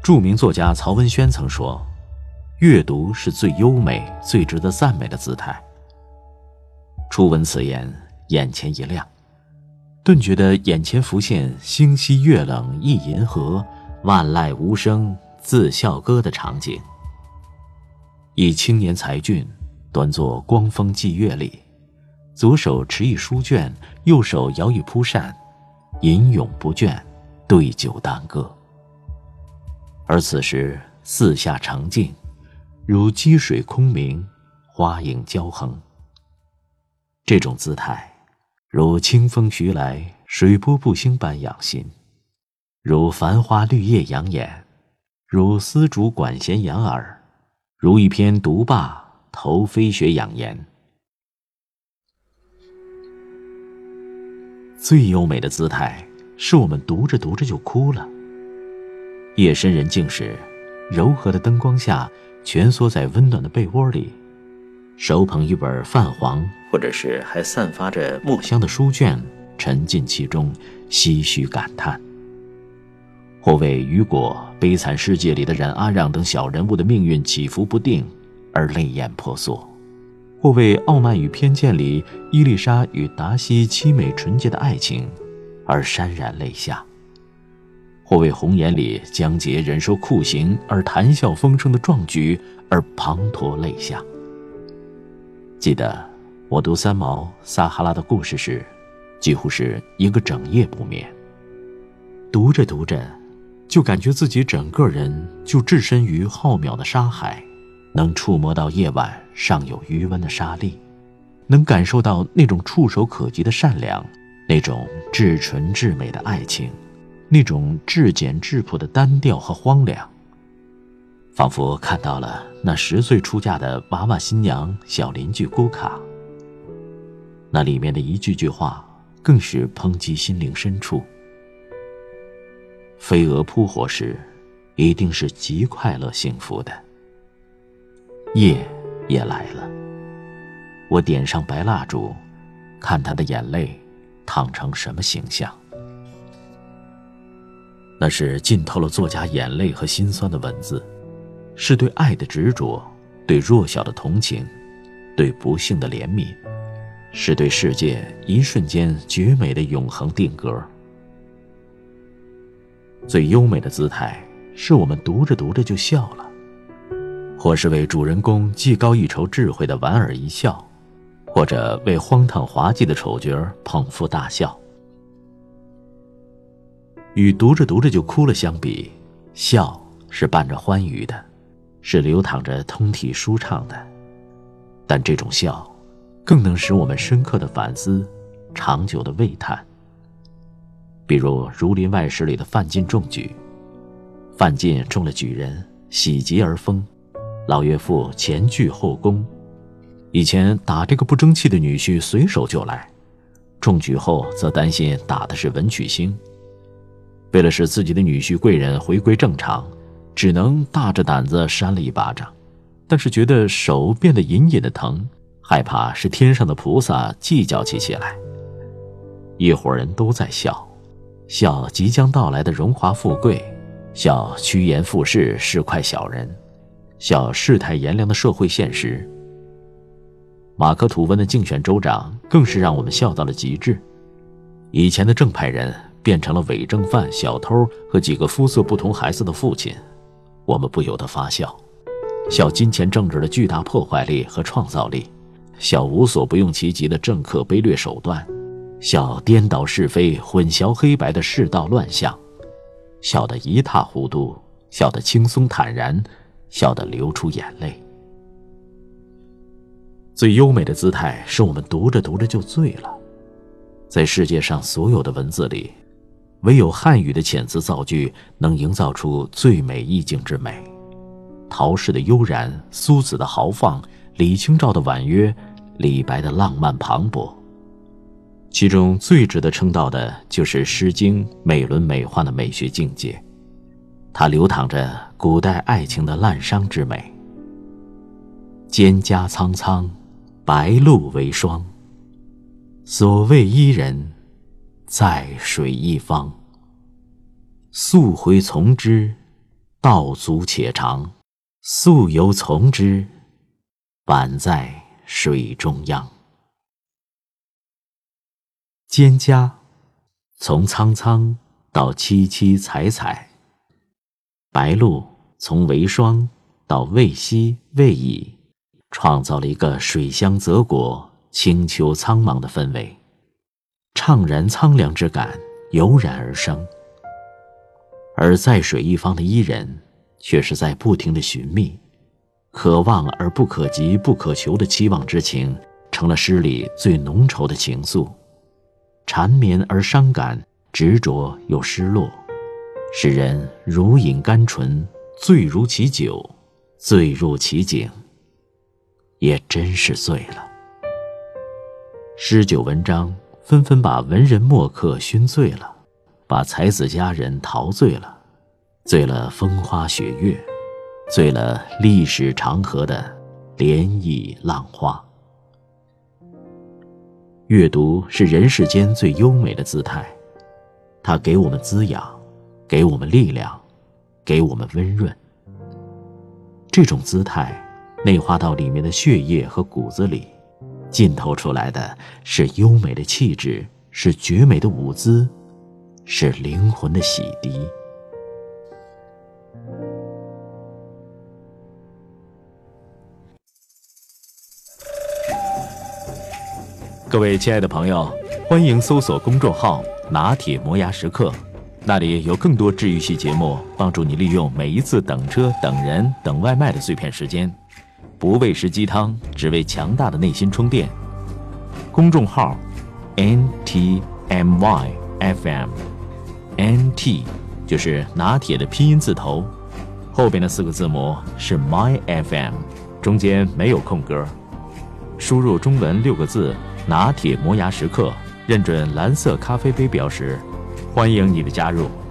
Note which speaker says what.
Speaker 1: 著名作家曹文轩曾说，阅读是最优美、最值得赞美的姿态。初闻此言，眼前一亮，顿觉得眼前浮现星稀月冷一银河，万籁无声自笑歌的场景。一青年才俊端坐光风霁月里，左手持一书卷，右手摇一蒲扇，吟咏不倦，对酒当歌。而此时四下澄净，如积水空明，花影交横。这种姿态如清风徐来，水波不兴般养心，如繁花绿叶养眼，如丝竹管弦养耳，如一篇读罢头飞雪养颜。最优美的姿态是我们读着读着就哭了。夜深人静时，柔和的灯光下，蜷缩在温暖的被窝里，手捧一本泛黄或者是还散发着墨香的书卷，沉浸其中，唏嘘感叹，或为雨果悲惨世界里的冉阿让等小人物的命运起伏不定而泪眼婆娑，或为傲慢与偏见里伊丽莎与达西凄美纯洁的爱情而潸然泪下，或为红颜里江杰忍受酷刑而谈笑风生的壮举而滂沱泪下。记得我读三毛撒哈拉的故事时，几乎是一个整夜不眠，读着读着就感觉自己整个人就置身于浩渺的沙海，能触摸到夜晚尚有余温的沙粒，能感受到那种触手可及的善良，那种至纯至美的爱情，那种至简至朴的单调和荒凉，仿佛看到了那10岁出嫁的娃娃新娘小邻居姑卡。那里面的一句句话更是抨击心灵深处。飞蛾扑火时，一定是极快乐幸福的。夜也来了，我点上白蜡烛，看他的眼泪烫成什么形象。那是浸透了作家眼泪和心酸的文字，是对爱的执着，对弱小的同情，对不幸的怜悯，是对世界一瞬间绝美的永恒定格。最优美的姿态是我们读着读着就笑了，或是为主人公技高一筹智慧的莞尔一笑，或者为荒唐滑稽的丑角捧腹大笑。与读着读着就哭了相比，笑是伴着欢愉的，是流淌着通体舒畅的，但这种笑更能使我们深刻的反思，长久的喟叹。比如《儒林外史》里的范进中举，范进中了举人，喜极而疯，老岳父前倨后恭，以前打这个不争气的女婿随手就来，中举后则担心打的是文曲星，为了使自己的女婿贵人回归正常，只能大着胆子扇了一巴掌，但是觉得手变得隐隐的疼，害怕是天上的菩萨计较起来。一伙人都在笑，笑即将到来的荣华富贵，笑趋炎附势是块小人，笑世态炎凉的社会现实。马克吐温的竞选州长更是让我们笑到了极致，以前的正派人变成了伪正犯、小偷和几个肤色不同孩子的父亲，我们不由得发笑，笑金钱政治的巨大破坏力和创造力，笑无所不用其极的政客卑劣手段，笑颠倒是非、混淆黑白的世道乱象，笑得一塌糊涂，笑得轻松坦然，笑得流出眼泪。最优美的姿态是我们读着读着就醉了。在世界上所有的文字里，唯有汉语的遣词造句能营造出最美意境之美。陶氏的悠然，苏子的豪放，李清照的婉约，李白的浪漫磅礴。其中最值得称道的就是《诗经》美轮美奂的美学境界，它流淌着古代爱情的滥觞之美。蒹葭苍苍，白露为霜，所谓伊人，在水一方。溯洄从之， 道阻且长，溯游从之，宛在水中央。蒹葭，从苍苍到萋萋采采；白露，从为霜到未夕未已，创造了一个水乡泽国、清秋苍茫的氛围，怅然苍凉之感油然而生。而在水一方的伊人，却是在不停地寻觅，可望而不可及、不可求的期望之情，成了诗里最浓稠的情愫，缠绵而伤感，执着又失落，使人如饮甘醇，醉如其酒，醉入其境，也真是醉了。诗酒文章纷纷把文人墨客熏醉了，把才子佳人陶醉了，醉了风花雪月，醉了历史长河的涟漪浪花。阅读是人世间最优美的姿态，它给我们滋养，给我们力量，给我们温润。这种姿态内化到里面的血液和骨子里，浸透出来的是优美的气质，是绝美的舞姿，是灵魂的洗涤。各位亲爱的朋友，欢迎搜索公众号拿铁磨牙时刻，那里有更多治愈系节目，帮助你利用每一次等车、等人、等外卖的碎片时间，不喂食鸡汤，只为强大的内心充电。公众号 NTMYFM， NT 就是拿铁的拼音字头，后边的4个字母是 MyFM， 中间没有空格。输入中文6个字拿铁磨牙时刻，认准蓝色咖啡杯标识，欢迎你的加入。